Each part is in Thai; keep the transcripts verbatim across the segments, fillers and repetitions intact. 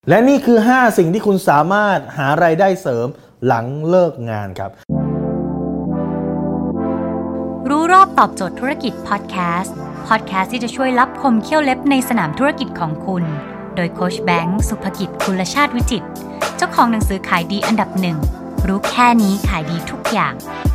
และนี่คือห้าสิ่งที่คุณสามารถหารายได้เสริมหลังเลิกงานครับรู้รอบตอบโจทย์ธุรกิจพอดแคสต์พอดแคสต์ที่จะช่วยลับคมเขี้ยวเล็บในสนามธุรกิจของคุณโดยโค้ชแบงค์สุภกิจกุลชาติวิจิตรเจ้าของหนังสือขายดีอันดับหนึ่งรู้แค่นี้ขายดีทุกอย่าง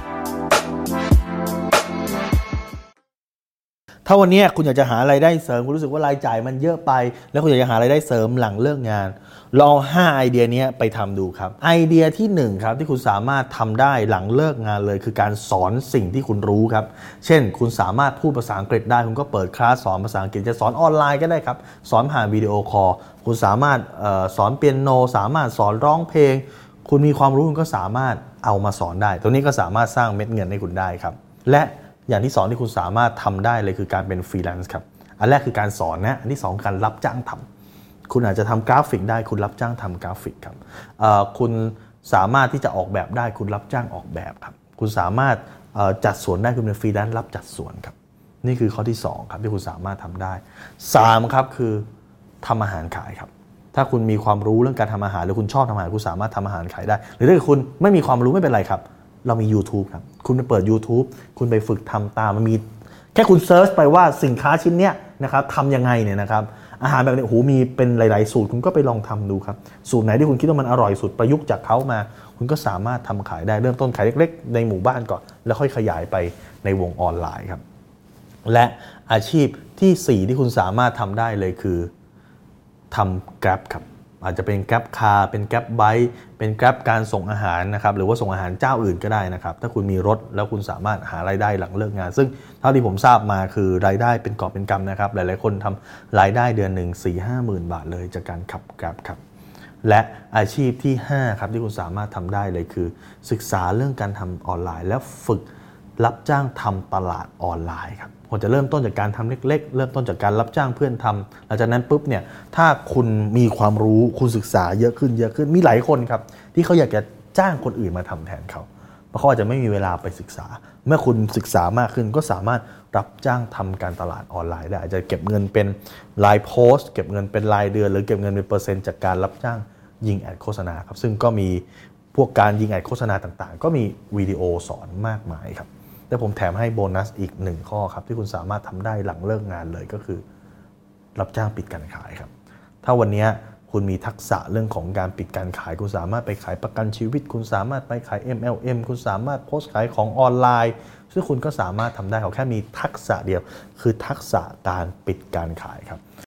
ถ้าวันนี้คุณอยากจะหารายได้เสริมคุณรู้สึกว่ารายจ่ายมันเยอะไปแล้วคุณอยากจะหารายได้เสริมหลังเลิกงานลองห้าไอเดียนี้ไปทำดูครับไอเดียที่หนึ่งครับที่คุณสามารถทำได้หลังเลิกงานเลยคือการสอนสิ่งที่คุณรู้ครับเช่นคุณสามารถพูดภาษาอังกฤษได้คุณก็เปิดคลาสสอนภาษาอังกฤษจะสอนออนไลน์ก็ได้ครับสอนผ่านวิดีโอคอลคุณสามารถเอ่อสอนเปียโนสามารถสอนร้องเพลงคุณมีความรู้คุณก็สามารถเอามาสอนได้ตรงนี้ก็สามารถสร้างเม็ดเงินให้คุณได้ครับและอย่างที่สองที่คุณสามารถทำได้เลยคือการเป็นฟรีแลนซ์ครับอันแรกคือการสอนนะอันที่สองการรับจ้างทำคุณอาจจะทำกราฟิกได้คุณรับจ้างทำกราฟิกครับคุณสามารถที่จะออกแบบได้คุณรับจ้างออกแบบครับคุณสามารถจัดสวนได้คุณเป็นฟรีแลนซ์รับจัดสวนครับนี่คือข้อที่สองครับที่คุณสามารถทำได้สามครับคือทำอาหารขายครับถ้าคุณมีความรู้เรื่องการทำอาหารหรือคุณชอบทำอาหารคุณสามารถทำอาหารขายได้หรือถ้าคุณไม่มีความรู้ไม่เป็นไรครับเรามี YouTube ครับคุณไปเปิด YouTube คุณไปฝึกทำตามมันมีแค่คุณเซิร์ชไปว่าสินค้าชิ้นเนี้ยนะครับทำยังไงเนี่ยนะครับอาหารแบบนี้โอ้โหมีเป็นหลายๆสูตรคุณก็ไปลองทำดูครับสูตรไหนที่คุณคิดว่ามันอร่อยสุดประยุกต์จากเขามาคุณก็สามารถทำขายได้เริ่มต้นขายเล็กๆในหมู่บ้านก่อนแล้วค่อยขยายไปในวงออนไลน์ครับและอาชีพที่สี่ที่คุณสามารถทำได้เลยคือทำ Grab ครับอาจจะเป็น Grab Car เป็น Grab Bike เป็น Grab การส่งอาหารนะครับหรือว่าส่งอาหารเจ้าอื่นก็ได้นะครับถ้าคุณมีรถแล้วคุณสามารถหารายได้หลังเลิกงานซึ่งเท่าที่ผมทราบมาคือรายได้เป็นกอบเป็นกำนะครับหลายๆคนทำรายได้เดือนหนึ่ง สี่ห้าหมื่น บาทเลยจากการขับ Grab ครับและอาชีพที่ห้าครับที่คุณสามารถทำได้เลยคือศึกษาเรื่องการทำออนไลน์และฝึกรับจ้างทำตลาดออนไลน์ครับผมจะเริ่มต้นจากการทำเล็กๆเริ่มต้นจากการรับจ้างเพื่อนทำหลังจากนั้นปุ๊บเนี่ยถ้าคุณมีความรู้คุณศึกษาเยอะขึ้นเยอะขึ้นมีหลายคนครับที่เขาอยากจะจ้างคนอื่นมาทำแทนเขาเพราะเขาอาจจะไม่มีเวลาไปศึกษาเมื่อคุณศึกษามากขึ้นก็สามารถรับจ้างทำการตลาดออนไลน์ได้อาจจะเก็บเงินเป็นรายโพสต์เก็บเงินเป็นรายเดือนหรือเก็บเงินเป็นเปอร์เซ็นต์จากการรับจ้างยิงแอดโฆษณาครับซึ่งก็มีพวกการยิงแอดโฆษณาต่างๆก็มีวิดีโอสอนมากมายครับแต่ผมแถมให้โบนัสอีกหนึ่งข้อครับที่คุณสามารถทำได้หลังเลิกงานเลยก็คือรับจ้างปิดการขายครับถ้าวันนี้คุณมีทักษะเรื่องของการปิดการขายคุณสามารถไปขายประกันชีวิตคุณสามารถไปขาย เอ็ม แอล เอ็ม คุณสามารถโพสต์ขายของออนไลน์ซึ่งคุณก็สามารถทำได้เขาแค่มีทักษะเดียวคือทักษะการปิดการขายครับ